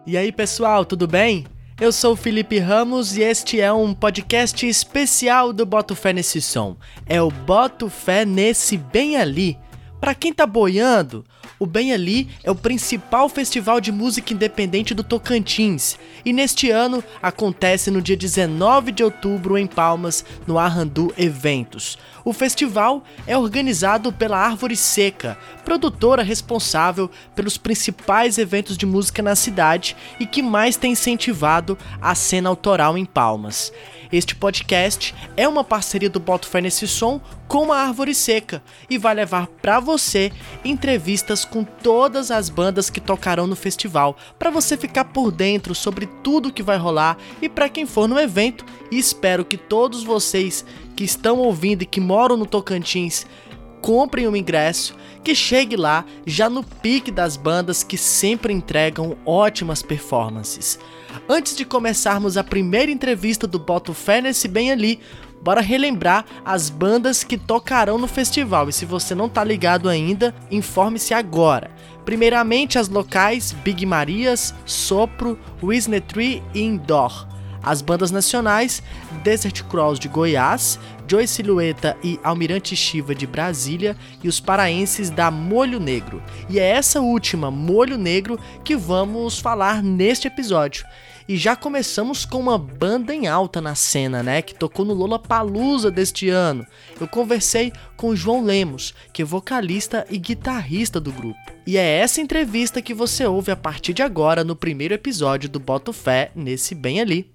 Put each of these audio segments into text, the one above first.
E aí pessoal, tudo bem? Eu sou o Felipe Ramos e este é um podcast especial do Boto Fé Nesse Som. É o Boto Fé Nesse Bem Ali. Pra quem tá boiando, o Bem Ali é o principal festival de música independente do Tocantins e neste ano acontece no dia 19 de outubro em Palmas, no Arrandu Eventos. O festival é organizado pela Árvore Seca, produtora responsável pelos principais eventos de música na cidade e que mais tem incentivado a cena autoral em Palmas. Este podcast é uma parceria do Boto Fé Nesse Som com a Árvore Seca e vai levar para você entrevistas com todas as bandas que tocarão no festival, para você ficar por dentro sobre tudo que vai rolar e para quem for no evento. E espero que todos vocês que estão ouvindo e que moram no Tocantins comprem um ingresso, que chegue lá já no pique das bandas que sempre entregam ótimas performances. Antes de começarmos a primeira entrevista do Boto Fé Nesse Bem Ali, bora relembrar as bandas que tocarão no festival. E se você não tá ligado ainda, informe-se agora. Primeiramente as locais Big Marias, Sopro, Wisne Tree e Indoor. As bandas nacionais, Desert Cross de Goiás, Joy Silhueta e Almirante Shiva de Brasília e os paraenses da Molho Negro. E é essa última, Molho Negro, que vamos falar neste episódio. E já começamos com uma banda em alta na cena, né, que tocou no Lollapalooza deste ano. Eu conversei com o João Lemos, que é vocalista e guitarrista do grupo. E é essa entrevista que você ouve a partir de agora no primeiro episódio do Boto Fé Nesse Bem Ali.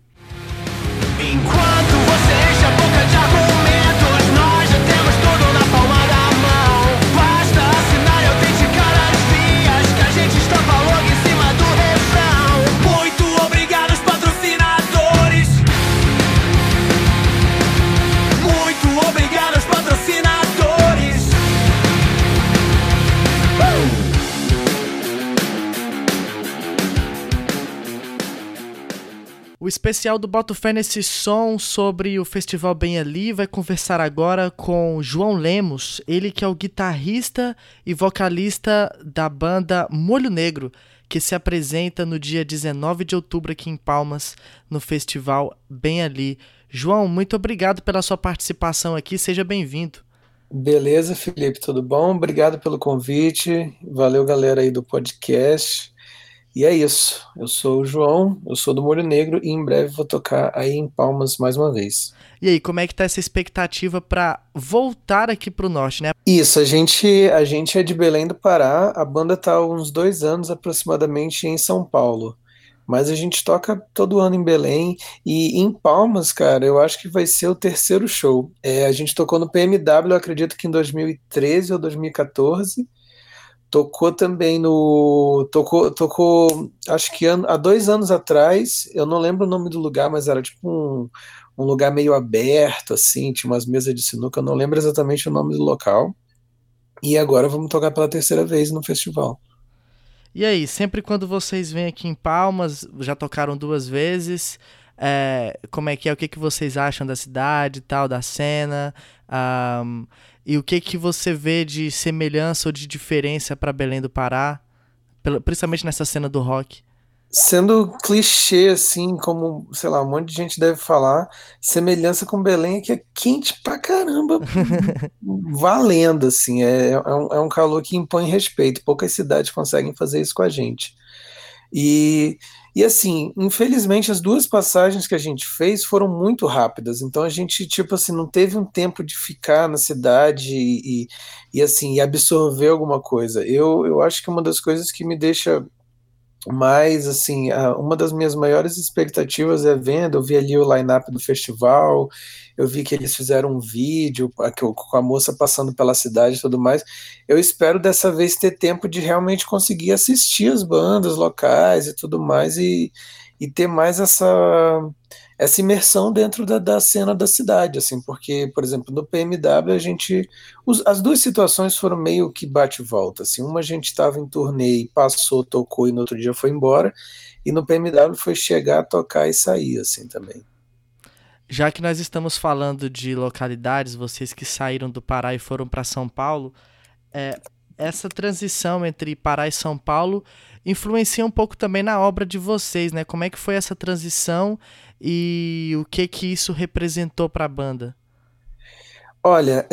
Enquanto você enche a boca de argumentos, nós já temos tudo na palma da mão. Basta assinar e autenticar as vias, que a gente estampa logo em cima do refrão. Muito obrigado aos patrocinadores. Muito obrigado aos patrocinadores. O especial do Boto Fé Nesse Som sobre o Festival Bem Ali vai conversar agora com João Lemos, ele que é o guitarrista e vocalista da banda Molho Negro, que se apresenta no dia 19 de outubro aqui em Palmas, no Festival Bem Ali. João, muito obrigado pela sua participação aqui, seja bem-vindo. Beleza, Felipe, tudo bom? Obrigado pelo convite, valeu galera aí do podcast. E é isso, eu sou o João, eu sou do Molho Negro e em breve vou tocar aí em Palmas mais uma vez. E aí, como é que tá essa expectativa para voltar aqui pro norte, né? Isso, a gente é de Belém do Pará, a banda tá há uns 2 anos aproximadamente em São Paulo, mas a gente toca todo ano em Belém e em Palmas, cara, eu acho que vai ser o terceiro show. A gente tocou no PMW, eu acredito que em 2013 ou 2014. Tocou também no. Tocou, acho que há 2 anos atrás, eu não lembro o nome do lugar, mas era tipo um lugar meio aberto, assim, tinha umas mesas de sinuca, eu não lembro exatamente o nome do local. E agora vamos tocar pela terceira vez no festival. E aí, sempre quando vocês vêm aqui em Palmas, já tocaram 2 vezes, como é? O que que vocês acham da cidade e tal, da cena? E o que você vê de semelhança ou de diferença para Belém do Pará, principalmente nessa cena do rock? Sendo clichê, assim, como, sei lá, um monte de gente deve falar, semelhança com Belém é que é quente pra caramba, valendo, assim, é um calor que impõe respeito, poucas cidades conseguem fazer isso com a gente. E assim, infelizmente as 2 passagens que a gente fez foram muito rápidas, então a gente, tipo assim, não teve um tempo de ficar na cidade e assim, absorver alguma coisa. Eu acho que uma das coisas que me deixa mais, assim, uma das minhas maiores expectativas é vendo, eu vi ali o line-up do festival, eu vi que eles fizeram um vídeo com a moça passando pela cidade e tudo mais. Eu espero dessa vez ter tempo de realmente conseguir assistir as bandas locais e tudo mais e ter mais essa imersão dentro da cena da cidade, assim, porque, por exemplo, no PMW as 2 situações foram meio que bate e volta, assim, uma a gente estava em turnê e passou, tocou e no outro dia foi embora, e no PMW foi chegar, tocar e sair, assim, também. Já que nós estamos falando de localidades, vocês que saíram do Pará e foram para São Paulo, essa transição entre Pará e São Paulo influencia um pouco também na obra de vocês, né? Como é que foi essa transição e o que que isso representou para a banda? Olha,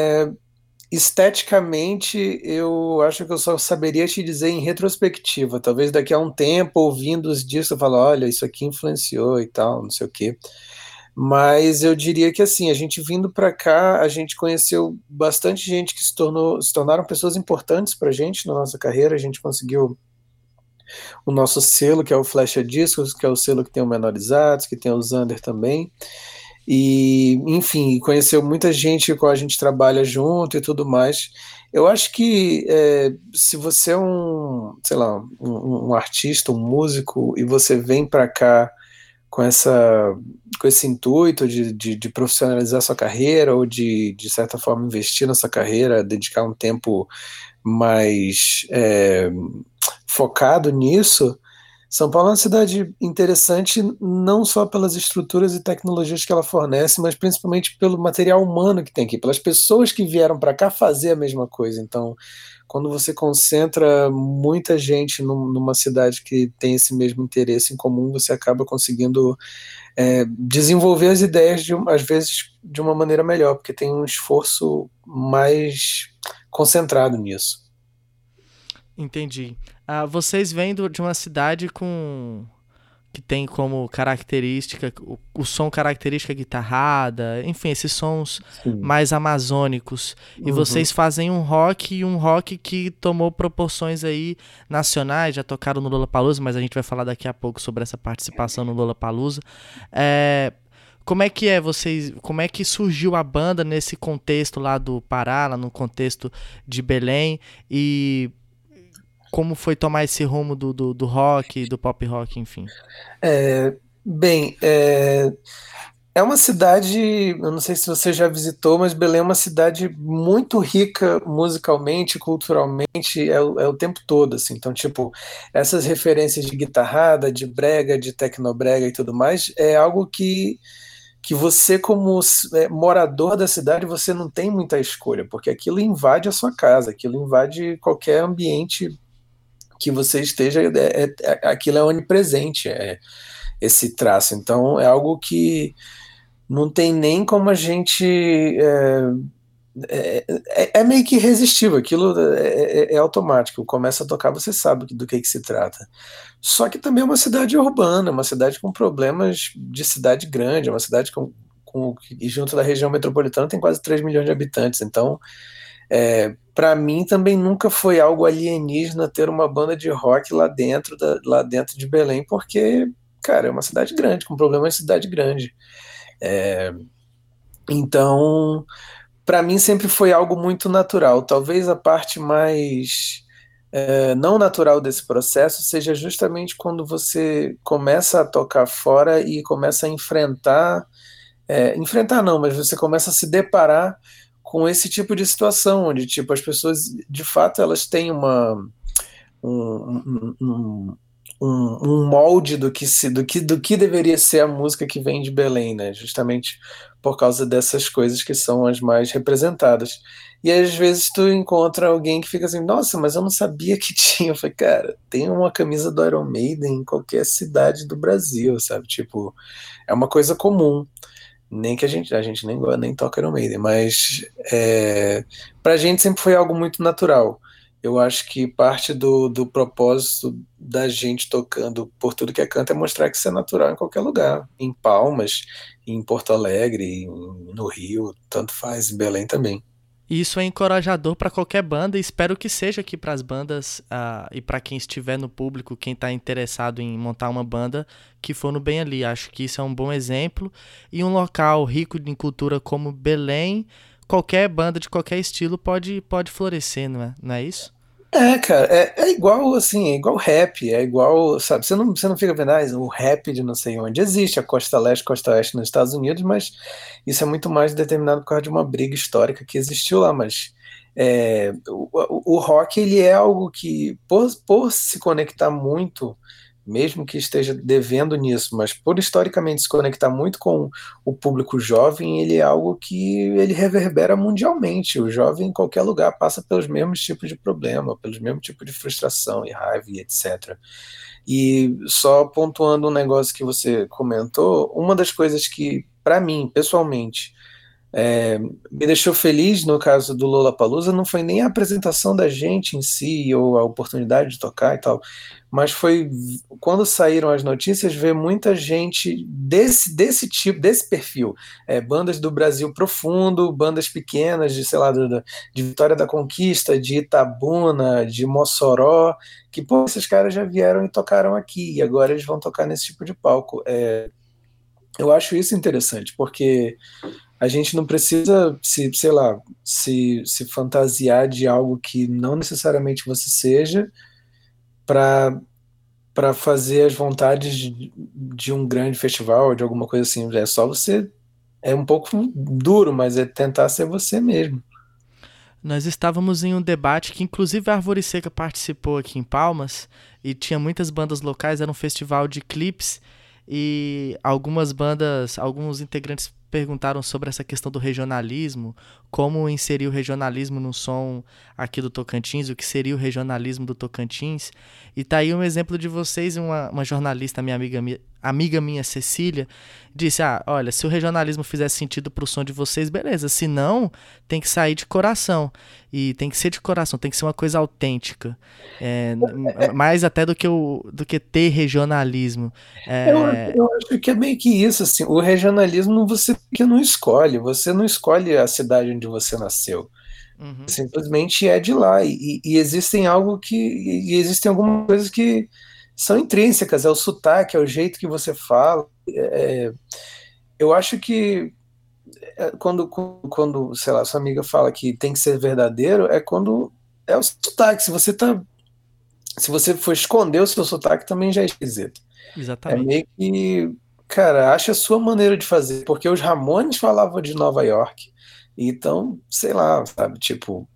esteticamente, eu acho que eu só saberia te dizer em retrospectiva. Talvez daqui a um tempo, ouvindo os discos, eu falo, olha, isso aqui influenciou e tal, não sei o quê. Mas eu diria que assim, a gente vindo para cá, a gente conheceu bastante gente que se tornaram pessoas importantes para a gente na nossa carreira. A gente conseguiu o nosso selo, que é o Flecha Discos, que é o selo que tem o Menorizados, que tem o Zander também. E, enfim, conheceu muita gente com a gente trabalha junto e tudo mais. Eu acho que se você é sei lá, um artista, um músico, e você vem para cá com com esse intuito de profissionalizar sua carreira ou de certa forma, investir na sua carreira, dedicar um tempo mais focado nisso. São Paulo é uma cidade interessante não só pelas estruturas e tecnologias que ela fornece, mas principalmente pelo material humano que tem aqui, pelas pessoas que vieram para cá fazer a mesma coisa. Então, quando você concentra muita gente numa cidade que tem esse mesmo interesse em comum, você acaba conseguindo desenvolver as ideias, às vezes, de uma maneira melhor, porque tem um esforço mais concentrado nisso. Entendi. Vocês vêm de uma cidade com que tem como característica o som característica guitarrada, enfim, esses sons Sim. mais amazônicos. E Uhum. vocês fazem um rock que tomou proporções aí nacionais, já tocaram no Lollapalooza, mas a gente vai falar daqui a pouco sobre essa participação no Lollapalooza. É, como é que surgiu a banda nesse contexto lá do Pará, lá no contexto de Belém, e como foi tomar esse rumo do rock, do pop rock, enfim. É, bem, é uma cidade, eu não sei se você já visitou, mas Belém é uma cidade muito rica musicalmente, culturalmente, é o tempo todo, assim. Então, tipo, essas referências de guitarrada, de brega, de tecnobrega e tudo mais, é algo que você, como morador da cidade, você não tem muita escolha, porque aquilo invade a sua casa, aquilo invade qualquer ambiente que você esteja, aquilo é onipresente, esse traço. Então, é algo que não tem nem como a gente. É meio que irresistível, aquilo é automático. Começa a tocar, você sabe do que se trata. Só que também é uma cidade urbana, uma cidade com problemas de cidade grande, é uma cidade e junto da região metropolitana tem quase 3 milhões de habitantes. Então, para mim também nunca foi algo alienígena ter uma banda de rock lá dentro de Belém, porque, cara, é uma cidade grande, com problemas de cidade grande. Então, para mim sempre foi algo muito natural. Talvez a parte mais não natural desse processo seja justamente quando você começa a tocar fora e começa a enfrentar não, mas você começa a se deparar com esse tipo de situação, onde tipo as pessoas, de fato, elas têm um, um, um molde do que deveria ser a música que vem de Belém, né? Justamente por causa dessas coisas que são as mais representadas. E às vezes tu encontra alguém que fica assim, nossa, mas eu não sabia que tinha. Eu falei, cara, tem uma camisa do Iron Maiden em qualquer cidade do Brasil, sabe? Tipo, é uma coisa comum. Nem que a gente nem toca Iron Maiden, mas pra gente sempre foi algo muito natural. Eu acho que parte do propósito da gente tocando por tudo que é canto é mostrar que isso é natural em qualquer lugar. Em Palmas, em Porto Alegre, no Rio, tanto faz, em Belém também. E isso é encorajador para qualquer banda, e espero que seja aqui para as bandas e para quem estiver no público, quem está interessado em montar uma banda, que for no Bem Ali. Acho que isso é um bom exemplo. E um local rico em cultura como Belém, qualquer banda de qualquer estilo pode florescer, não é isso? Cara, é igual assim, é igual rap, é igual, sabe, você não fica vendo, o rap de não sei onde. Existe a costa leste, costa oeste nos Estados Unidos, mas isso é muito mais determinado por causa de uma briga histórica que existiu lá, mas o rock, ele é algo que, por se conectar muito, mesmo que esteja devendo nisso, mas por historicamente se conectar muito com o público jovem, ele é algo que ele reverbera mundialmente. O jovem em qualquer lugar passa pelos mesmos tipos de problema, pelos mesmos tipos de frustração e raiva e etc. E só pontuando um negócio que você comentou, uma das coisas que, para mim, pessoalmente, é, me deixou feliz no caso do Lollapalooza não foi nem a apresentação da gente em si ou a oportunidade de tocar e tal, mas foi quando saíram as notícias ver muita gente desse tipo, desse perfil, bandas do Brasil profundo, bandas pequenas de, sei lá, de Vitória da Conquista, de Itabuna, de Mossoró, que pô, esses caras já vieram e tocaram aqui e agora eles vão tocar nesse tipo de palco. Eu acho isso interessante, porque a gente não precisa sei lá, se fantasiar de algo que não necessariamente você seja para fazer as vontades de um grande festival, de alguma coisa assim. É só você. É um pouco duro, mas é tentar ser você mesmo. Nós estávamos em um debate que inclusive a Árvore Seca participou aqui em Palmas e tinha muitas bandas locais, era um festival de clipes e alguns integrantes perguntaram sobre essa questão do regionalismo, como inserir o regionalismo no som aqui do Tocantins, o que seria o regionalismo do Tocantins. E tá aí um exemplo de vocês, uma jornalista, minha amiga minha, Cecília, disse, olha, se o regionalismo fizesse sentido pro som de vocês, beleza, se não, tem que sair de coração, e tem que ser de coração, tem que ser uma coisa autêntica, mais até do que ter regionalismo. Eu acho que é meio que isso, assim, o regionalismo você não escolhe a cidade onde você nasceu. Uhum. Simplesmente é de lá. E existem algumas coisas que são intrínsecas, é o sotaque, é o jeito que você fala. Eu acho que quando, sei lá, sua amiga fala que tem que ser verdadeiro, é quando é o sotaque. Se você for esconder o seu sotaque, também já é esquisito. É Exatamente. meio que, cara, acha a sua maneira de fazer, porque os Ramones falavam de Nova York. Então, sei lá, sabe, tipo,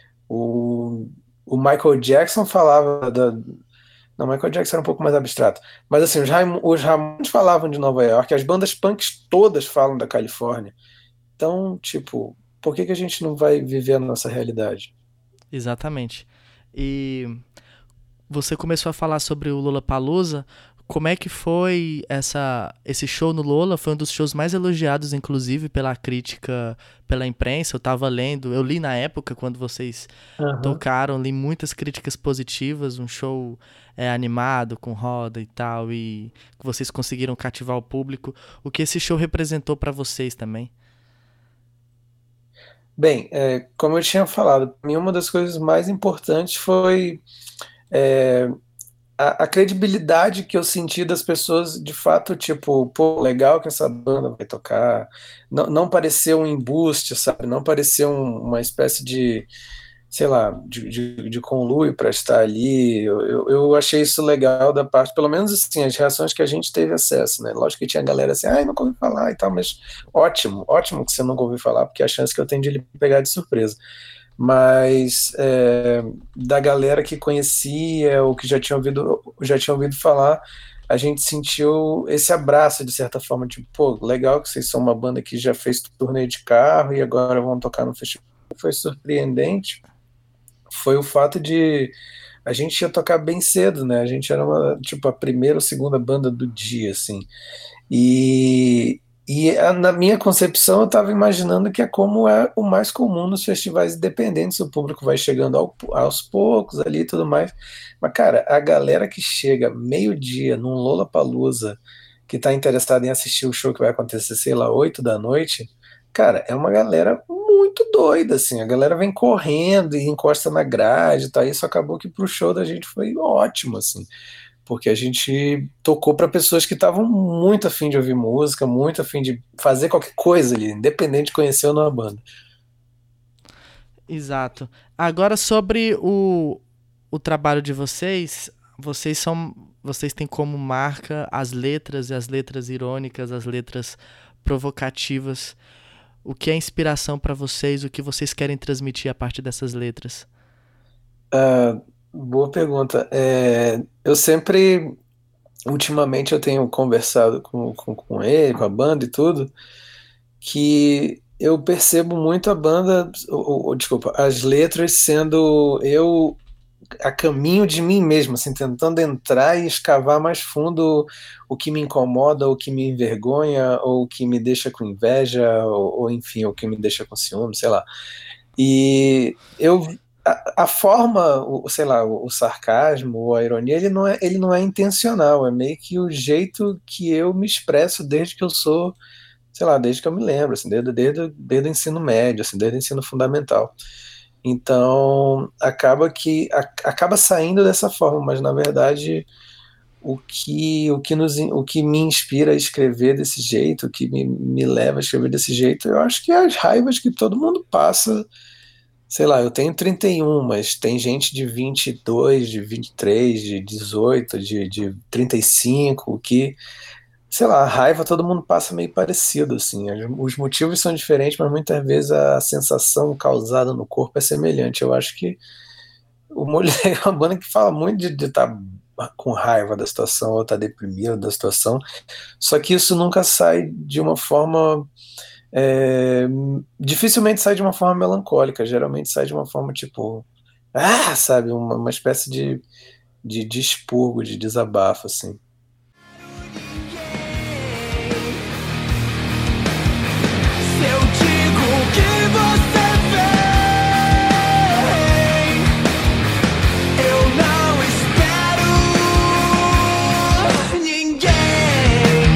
o, o Michael Jackson falava da. Não, Michael Jackson era um pouco mais abstrato. Mas assim, os Ramones falavam de Nova York, as bandas punks todas falam da Califórnia. Então, tipo, por que que a gente não vai viver a nossa realidade? Exatamente. E você começou a falar sobre o Lollapalooza. Como é que foi esse show no Lola? Foi um dos shows mais elogiados, inclusive, pela crítica, pela imprensa. Eu tava lendo, eu li na época, quando vocês Aham. tocaram, li muitas críticas positivas. Um show animado, com roda e tal, e que vocês conseguiram cativar o público. O que esse show representou pra vocês também? Bem, como eu tinha falado, para mim uma das coisas mais importantes foi é, a credibilidade que eu senti das pessoas, de fato, tipo, pô, legal que essa banda vai tocar. Não, não pareceu um embuste, sabe? Não pareceu uma espécie de, sei lá, de conluio para estar ali. Eu achei isso legal da parte, pelo menos assim, as reações que a gente teve acesso, né? Lógico que tinha galera assim, ai, nunca ouvi falar e tal, mas ótimo, ótimo que você nunca ouviu falar, porque a chance que eu tenho de ele pegar de surpresa. Mas da galera que conhecia ou que já tinha ouvido falar, a gente sentiu esse abraço de certa forma, tipo, pô, legal que vocês são uma banda que já fez turnê de carro e agora vão tocar no festival. Foi surpreendente, foi o fato de a gente ia tocar bem cedo, né? A gente era tipo a primeira ou segunda banda do dia, assim. Na minha concepção, eu estava imaginando que é como é o mais comum nos festivais independentes, o público vai chegando aos poucos ali e tudo mais. Mas, cara, a galera que chega meio-dia num Lollapalooza, que está interessada em assistir o show que vai acontecer, sei lá, 8 da noite, cara, é uma galera muito doida, assim. A galera vem correndo e encosta na grade, tá? Isso acabou que pro show da gente foi ótimo, assim, porque a gente tocou para pessoas que estavam muito afim de ouvir música, muito afim de fazer qualquer coisa ali, independente de conhecer ou não a banda. Exato. Agora sobre o trabalho de vocês, vocês têm como marca as letras e as letras irônicas, as letras provocativas. O que é inspiração pra vocês? O que vocês querem transmitir a partir dessas letras? Boa pergunta. Eu sempre. ultimamente eu tenho conversado com ele, com a banda e tudo, que eu percebo muito a banda, desculpa, as letras sendo eu a caminho de mim mesmo, assim, tentando entrar e escavar mais fundo o que me incomoda, o que me envergonha, ou o que me deixa com inveja, ou enfim, o que me deixa com ciúme, sei lá. E a forma, sei lá, o sarcasmo ou a ironia, ele não é intencional, é meio que o jeito que eu me expresso desde que eu sou, sei lá, desde que eu me lembro, assim, desde o ensino médio, assim, desde o ensino fundamental. Então, acaba saindo dessa forma, mas na verdade o que me inspira a escrever desse jeito, o que me leva a escrever desse jeito, eu acho que é as raivas que todo mundo passa. Sei lá, eu tenho 31, mas tem gente de 22, de 23, de 18, de 35, que, sei lá, a raiva todo mundo passa meio parecido, assim. Os motivos são diferentes, mas muitas vezes a sensação causada no corpo é semelhante. Eu acho que o Molho é uma banda que fala muito de estar com raiva da situação ou estar deprimido da situação, só que isso nunca sai de uma forma é, dificilmente sai de uma forma melancólica, geralmente sai de uma forma tipo, sabe, uma espécie de expurgo, de desabafo, assim. Se eu digo que você vem, eu não espero ninguém.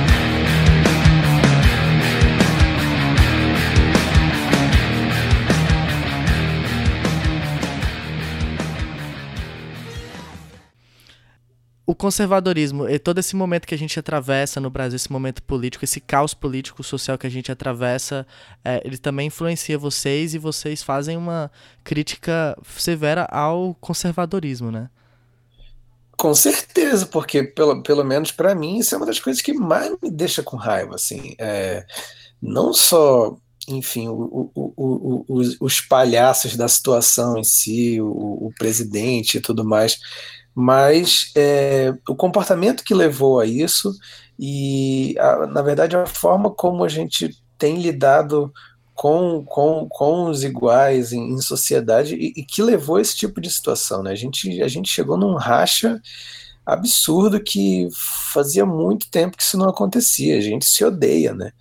O conservadorismo e todo esse momento que a gente atravessa no Brasil, esse momento político, esse caos político social que a gente atravessa, ele também influencia vocês e vocês fazem uma crítica severa ao conservadorismo, né? Com certeza, porque pelo menos para mim isso é uma das coisas que mais me deixa com raiva, assim, não só, enfim, os palhaços da situação em si, o presidente e tudo mais, mas o comportamento que levou a isso e, na verdade, a forma como a gente tem lidado com os iguais em sociedade e que levou a esse tipo de situação, né? A gente chegou num racha absurdo que fazia muito tempo que isso não acontecia. A gente se odeia, né?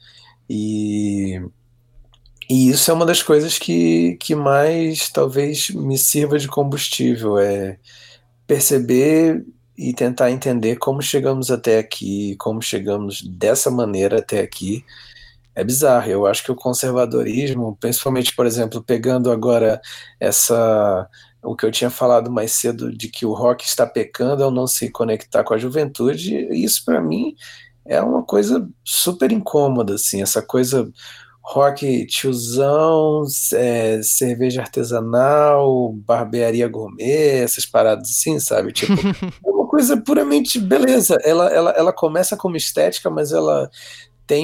E, e isso é uma das coisas que mais talvez me sirva de combustível, é perceber e tentar entender como chegamos até aqui, como chegamos dessa maneira até aqui. É bizarro. Eu acho que o conservadorismo, principalmente, por exemplo, pegando agora essa o que eu tinha falado mais cedo de que o rock está pecando ao não se conectar com a juventude, isso para mim é uma coisa super incômoda, assim, essa coisa rock tiozão, cerveja artesanal, barbearia gourmet, essas paradas assim, sabe? Tipo, é uma coisa puramente beleza. Ela começa como estética, mas ela tem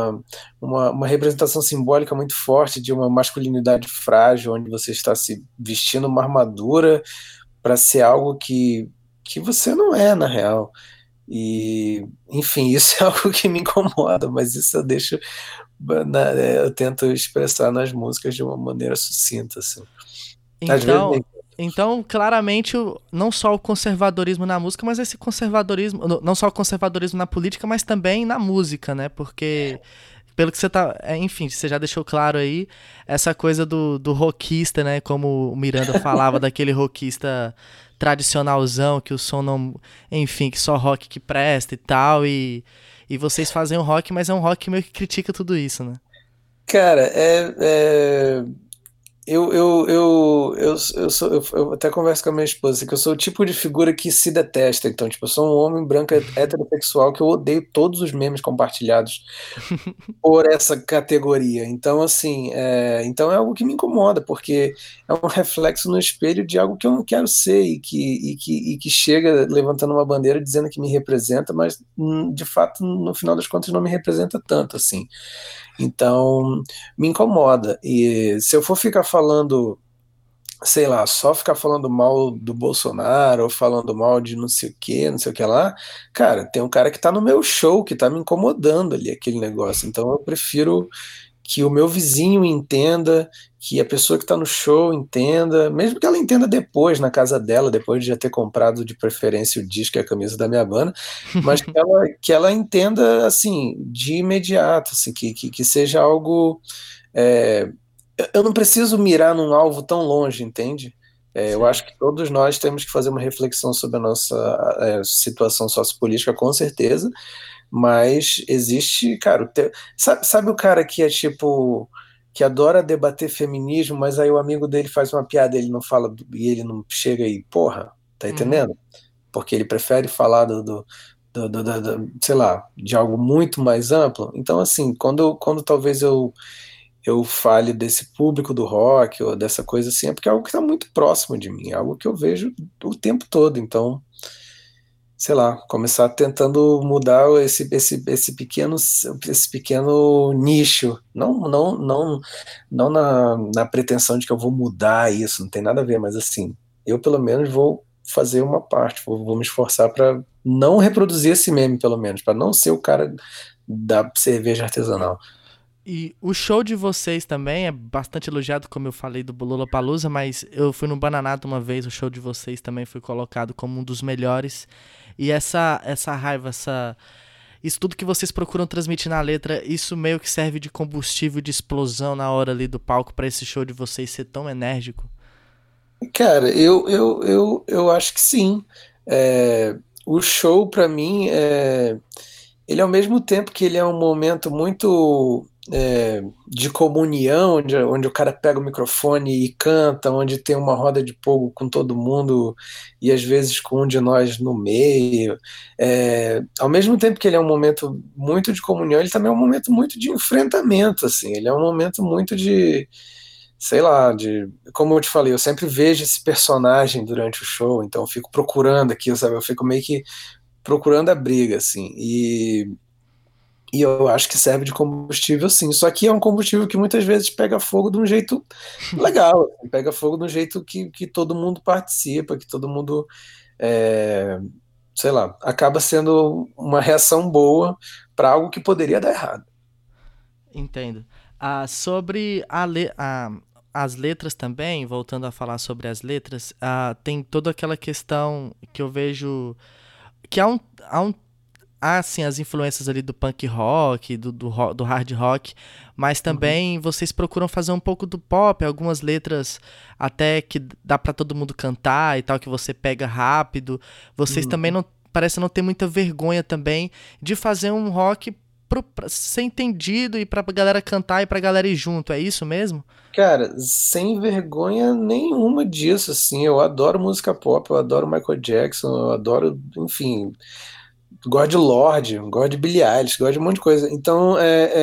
uma representação simbólica muito forte de uma masculinidade frágil, onde você está se vestindo uma armadura para ser algo que você não é, na real. E, enfim, isso é algo que me incomoda, mas isso eu deixo, eu tento expressar nas músicas de uma maneira sucinta, assim. Às vezes Então, nem. então, claramente, não só o conservadorismo na música, mas esse conservadorismo, não só o conservadorismo na política, mas também na música, né? Porque, pelo que você tá, enfim, você já deixou claro aí, essa coisa do rockista, né? Como o Miranda falava, daquele rockista tradicionalzão, que o som não, enfim, que só rock que presta e tal, e vocês fazem um rock, mas é um rock que meio que critica tudo isso, né? Cara, eu até converso com a minha esposa que eu sou o tipo de figura que se detesta. Então, tipo, eu sou um homem branco heterossexual que eu odeio todos os memes compartilhados por essa categoria. Então, assim, então é algo que me incomoda, porque é um reflexo no espelho de algo que eu não quero ser e que chega levantando uma bandeira dizendo que me representa, mas de fato, no final das contas, não me representa tanto, assim. Então, me incomoda. E se eu for ficar falando sei lá, só ficar falando mal do Bolsonaro ou falando mal de não sei o que, não sei o que lá, cara, tem um cara que tá no meu show, que tá me incomodando ali, aquele negócio. Então eu prefiro que o meu vizinho entenda, que a pessoa que tá no show entenda, mesmo que ela entenda depois, na casa dela, depois de já ter comprado de preferência o disco e a camisa da minha banda, mas que ela entenda, assim, de imediato, assim, que seja algo. é, eu não preciso mirar num alvo tão longe, entende? Eu acho Certo. que todos nós temos que fazer uma reflexão sobre a nossa situação sociopolítica, com certeza, mas existe, cara, sabe o cara que é tipo, que adora debater feminismo, mas aí o amigo dele faz uma piada, ele não fala, e ele não chega e, porra, tá Uhum. entendendo? Porque ele prefere falar sei lá, de algo muito mais amplo. Então, assim, quando talvez eu fale desse público do rock ou dessa coisa assim, é porque é algo que está muito próximo de mim, é algo que eu vejo o tempo todo. Então, sei lá, começar tentando mudar esse pequeno nicho, não na pretensão de que eu vou mudar isso, não tem nada a ver, mas assim, eu pelo menos vou fazer uma parte, vou me esforçar para não reproduzir esse meme, pelo menos, para não ser o cara da cerveja artesanal. E o show de vocês também é bastante elogiado, como eu falei do Lollapalooza, mas eu fui no Bananato uma vez, o show de vocês também foi colocado como um dos melhores. E essa raiva, isso tudo que vocês procuram transmitir na letra, isso meio que serve de combustível, de explosão na hora ali do palco pra esse show de vocês ser tão enérgico. Cara, eu acho que sim. O show, pra mim, ele ao mesmo tempo que ele é um momento muito de comunhão, onde o cara pega o microfone e canta, onde tem uma roda de fogo com todo mundo e às vezes com um de nós no meio. Ao mesmo tempo que ele é um momento muito de comunhão, ele também é um momento muito de enfrentamento, assim. Ele é um momento muito de, sei lá, como eu te falei, eu sempre vejo esse personagem durante o show, então eu fico procurando aqui, sabe? Eu fico meio que procurando a briga, assim. E eu acho que serve de combustível, sim. Só que é um combustível que muitas vezes pega fogo de um jeito legal, assim, pega fogo de um jeito que todo mundo participa, que todo mundo, é, sei lá, acaba sendo uma reação boa para algo que poderia dar errado. Entendo. Sobre as letras também, voltando a falar sobre as letras, tem toda aquela questão que eu vejo que há sim as influências ali do punk rock, do hard rock, mas Uhum, também vocês procuram fazer um pouco do pop, algumas letras até que dá pra todo mundo cantar e tal, que você pega rápido. Vocês também uhum. não parece não ter muita vergonha também de fazer um rock pra ser entendido e pra galera cantar e pra galera ir junto, é isso mesmo? Cara, sem vergonha nenhuma disso, assim, eu adoro música pop, eu adoro Michael Jackson, eu adoro, enfim, gosto de Lorde, gosto de Billie Eilish, gosto de um monte de coisa. Então,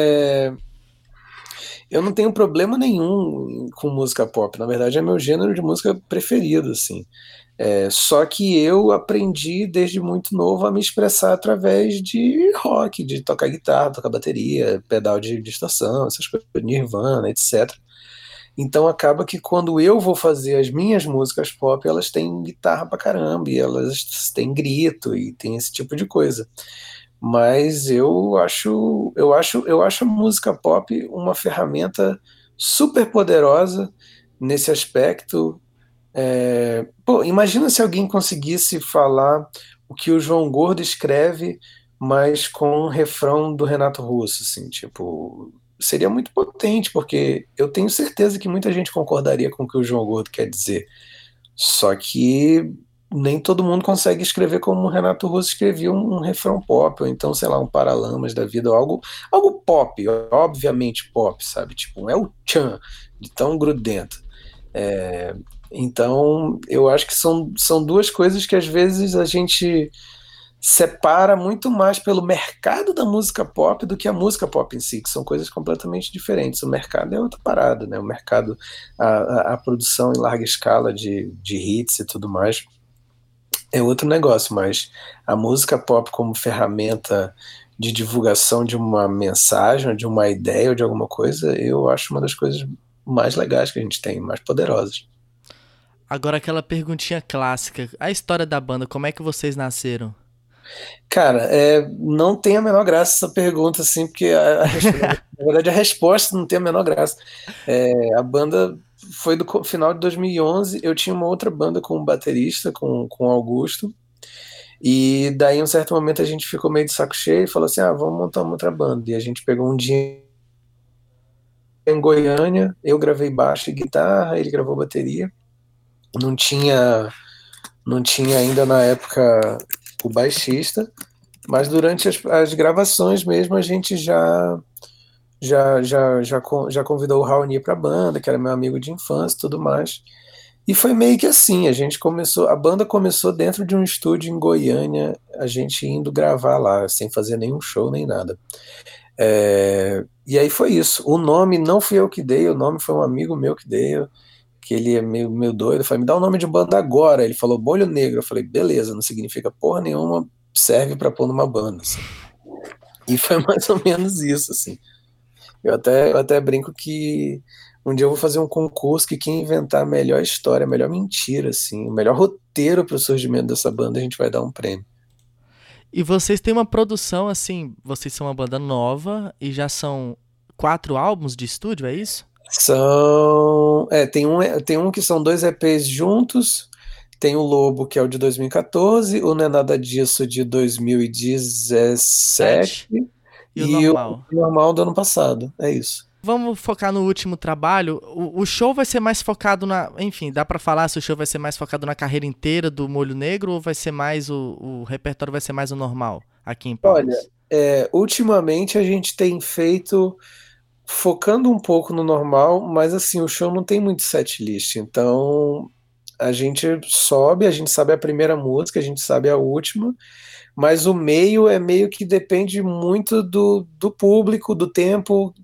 eu não tenho problema nenhum com música pop. Na verdade, é meu gênero de música preferido, assim. Só que eu aprendi desde muito novo a me expressar através de rock, de tocar guitarra, tocar bateria, pedal de distorção, essas coisas, Nirvana, etc. Então acaba que quando eu vou fazer as minhas músicas pop, elas têm guitarra pra caramba, e elas têm grito e tem esse tipo de coisa. Mas eu acho a música pop uma ferramenta super poderosa nesse aspecto. Pô, imagina se alguém conseguisse falar o que o João Gordo escreve, mas com um refrão do Renato Russo, assim, tipo, seria muito potente, porque eu tenho certeza que muita gente concordaria com o que o João Gordo quer dizer. Só que nem todo mundo consegue escrever como o Renato Russo escrevia um refrão pop, ou então, sei lá, um Paralamas da vida, ou algo pop, obviamente pop, sabe? Tipo, é o tchan, de tão grudento. É, então, eu acho que são duas coisas que às vezes a gente separa muito mais pelo mercado da música pop do que a música pop em si, que são coisas completamente diferentes. O mercado é outra parada, né? O mercado, a produção em larga escala de hits e tudo mais é outro negócio, mas a música pop como ferramenta de divulgação de uma mensagem, de uma ideia ou de alguma coisa, eu acho uma das coisas mais legais que a gente tem, mais poderosas. Agora aquela perguntinha clássica. A história da banda, como é que vocês nasceram? Cara, não tem a menor graça essa pergunta, assim, porque na verdade a resposta não tem a menor graça. A banda foi do final de 2011. Eu tinha uma outra banda com um baterista, com o Augusto, e daí em um certo momento a gente ficou meio de saco cheio e falou assim, vamos montar uma outra banda. E a gente pegou um dia em Goiânia, eu gravei baixo e guitarra, ele gravou bateria. Não tinha, não tinha ainda na época o baixista, mas durante as gravações mesmo a gente já convidou o Raoni para a banda, que era meu amigo de infância e tudo mais. E foi meio que assim, a banda começou dentro de um estúdio em Goiânia, a gente indo gravar lá, sem fazer nenhum show nem nada. E aí foi isso. O nome não fui eu que dei, o nome foi um amigo meu que deu, que ele é meio doido. Eu falei, me dá o nome de banda agora. Ele falou Bolho Negro. Eu falei, beleza, não significa porra nenhuma, serve pra pôr numa banda, assim. E foi mais ou menos isso, assim. Eu até brinco que um dia eu vou fazer um concurso que quem inventar a melhor história, a melhor mentira, assim, o melhor roteiro pro surgimento dessa banda, a gente vai dar um prêmio. E vocês têm uma produção assim, vocês são uma banda nova e já são 4 álbuns de estúdio, é isso? Tem um que são dois EPs juntos, tem o Lobo, que é o de 2014, o Não É Nada Disso de 2017 7 e o e o normal. Normal do ano passado. É isso. Vamos focar no último trabalho. O show vai ser mais focado na. Enfim, dá pra falar se o show vai ser mais focado na carreira inteira do Molho Negro ou vai ser mais o repertório vai ser mais o normal aqui em Olha, Palmas? ultimamente a gente tem feito focando um pouco no normal, mas assim, o show não tem muito set list, então a gente sobe, a gente sabe a primeira música, a gente sabe a última, mas o meio é meio que depende muito do público, do tempo,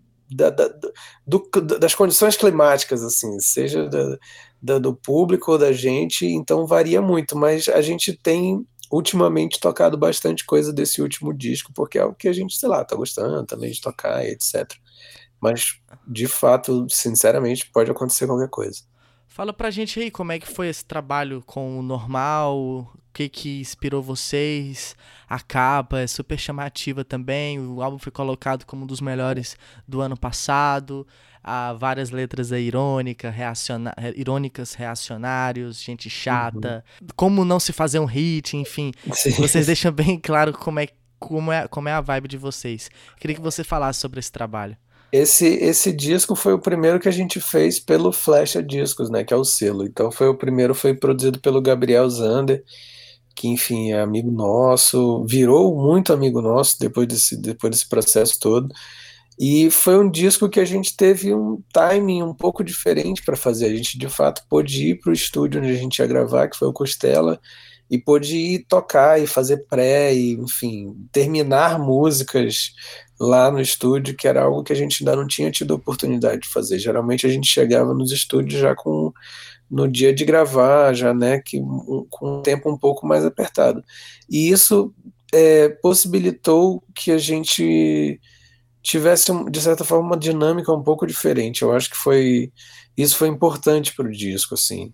das condições climáticas, assim, seja do público ou da gente, então varia muito, mas a gente tem ultimamente tocado bastante coisa desse último disco, porque é o que a gente, sei lá, tá gostando também de tocar e etc. Mas, de fato, sinceramente, pode acontecer qualquer coisa. Fala pra gente aí como é que foi esse trabalho com o normal, o que inspirou vocês. A capa é super chamativa também, o álbum foi colocado como um dos melhores do ano passado. Há várias letras aí irônicas, reacionários, gente Uhum. chata, como não se fazer um hit, enfim. Sim. Vocês deixam bem claro como é a vibe de vocês. Queria que você falasse sobre esse trabalho. Esse disco foi o primeiro que a gente fez pelo Flecha Discos, né, que é o selo. Então foi o primeiro, foi produzido pelo Gabriel Zander, que enfim é amigo nosso, virou muito amigo nosso depois desse processo todo. E foi um disco que a gente teve um timing um pouco diferente para fazer. A gente de fato pôde ir para o estúdio onde a gente ia gravar, que foi o Costela, e pôde ir tocar e fazer pré, e enfim, terminar músicas lá no estúdio, que era algo que a gente ainda não tinha tido oportunidade de fazer. Geralmente a gente chegava nos estúdios já no dia de gravar, já, né, com um tempo um pouco mais apertado. E isso possibilitou que a gente tivesse, de certa forma, uma dinâmica um pouco diferente. Eu acho que isso foi importante para o disco, assim.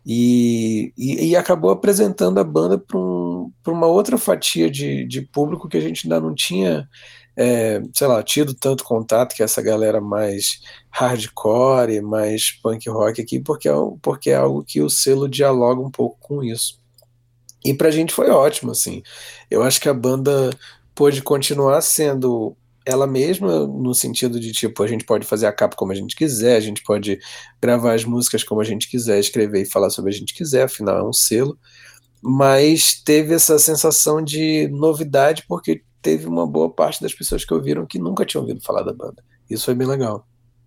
E acabou apresentando a banda para uma outra fatia de público que a gente ainda não tinha, sei lá, tido tanto contato, que é essa galera mais hardcore, mais punk rock aqui, porque é algo que o selo dialoga um pouco com isso. E pra gente foi ótimo, assim. Eu acho que a banda pôde continuar sendo ela mesma, no sentido de, tipo, a gente pode fazer a capa como a gente quiser, a gente pode gravar as músicas como a gente quiser, escrever e falar sobre a gente quiser, afinal é um selo, mas teve essa sensação de novidade porque teve uma boa parte das pessoas que ouviram que nunca tinham ouvido falar da banda. Isso foi bem legal.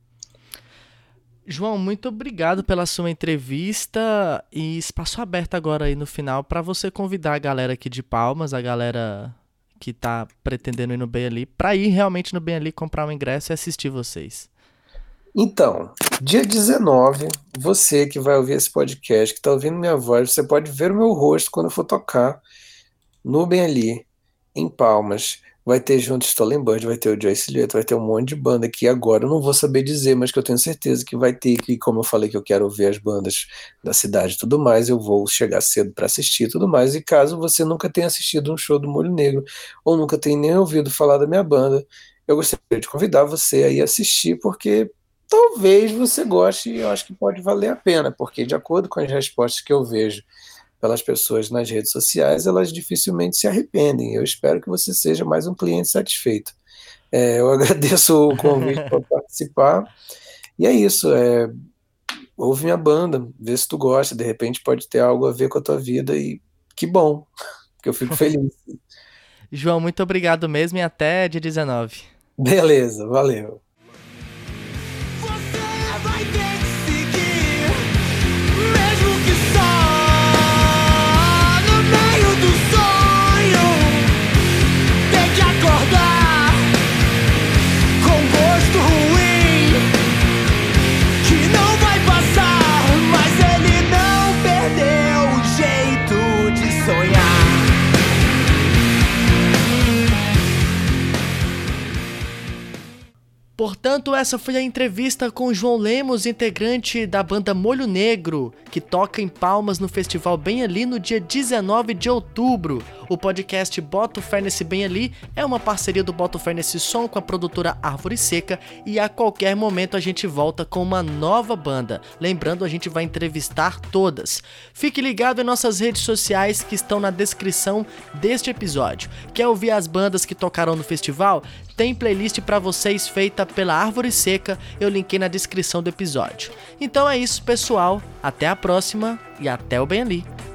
João, muito obrigado pela sua entrevista e espaço aberto agora aí no final para você convidar a galera aqui de Palmas, a galera que tá pretendendo ir no Bem Ali, para ir realmente no Bem Ali, comprar um ingresso e assistir vocês. Então, dia 19, você que vai ouvir esse podcast, que está ouvindo minha voz, você pode ver o meu rosto quando eu for tocar no Bem Ali, em Palmas. vai ter junto Stolenbird, vai ter o Joyce Silhouette, vai ter um monte de banda que agora eu não vou saber dizer, mas que eu tenho certeza que vai ter, que como eu falei que eu quero ver as bandas da cidade e tudo mais, eu vou chegar cedo para assistir e tudo mais, e caso você nunca tenha assistido um show do Molho Negro, ou nunca tenha nem ouvido falar da minha banda, eu gostaria de convidar você a ir assistir, porque talvez você goste e eu acho que pode valer a pena, porque de acordo com as respostas que eu vejo pelas pessoas nas redes sociais, elas dificilmente se arrependem. Eu espero que você seja mais um cliente satisfeito. Eu agradeço o convite para participar, e é isso. Ouve minha banda, vê se tu gosta, de repente pode ter algo a ver com a tua vida, e que bom, que eu fico feliz. João, muito obrigado mesmo e até dia 19. Beleza, valeu. Você vai ter que seguir, mesmo que só no meio do sonho. Tem que acordar com gosto ruim, que não vai passar, mas ele não perdeu o jeito de sonhar. Portanto, essa foi a entrevista com João Lemos, integrante da banda Molho Negro, que toca em Palmas no Festival Bem Ali no dia 19 de outubro. O podcast Boto Fé Nesse Bem Ali é uma parceria do Boto Fé Nesse Som com a produtora Árvore Seca, e a qualquer momento a gente volta com uma nova banda. Lembrando, a gente vai entrevistar todas. Fique ligado em nossas redes sociais que estão na descrição deste episódio. Quer ouvir as bandas que tocaram no festival? Tem playlist pra vocês feita pela Árvore Seca, eu linkei na descrição do episódio. Então é isso, pessoal, até a próxima e até o Bem Ali.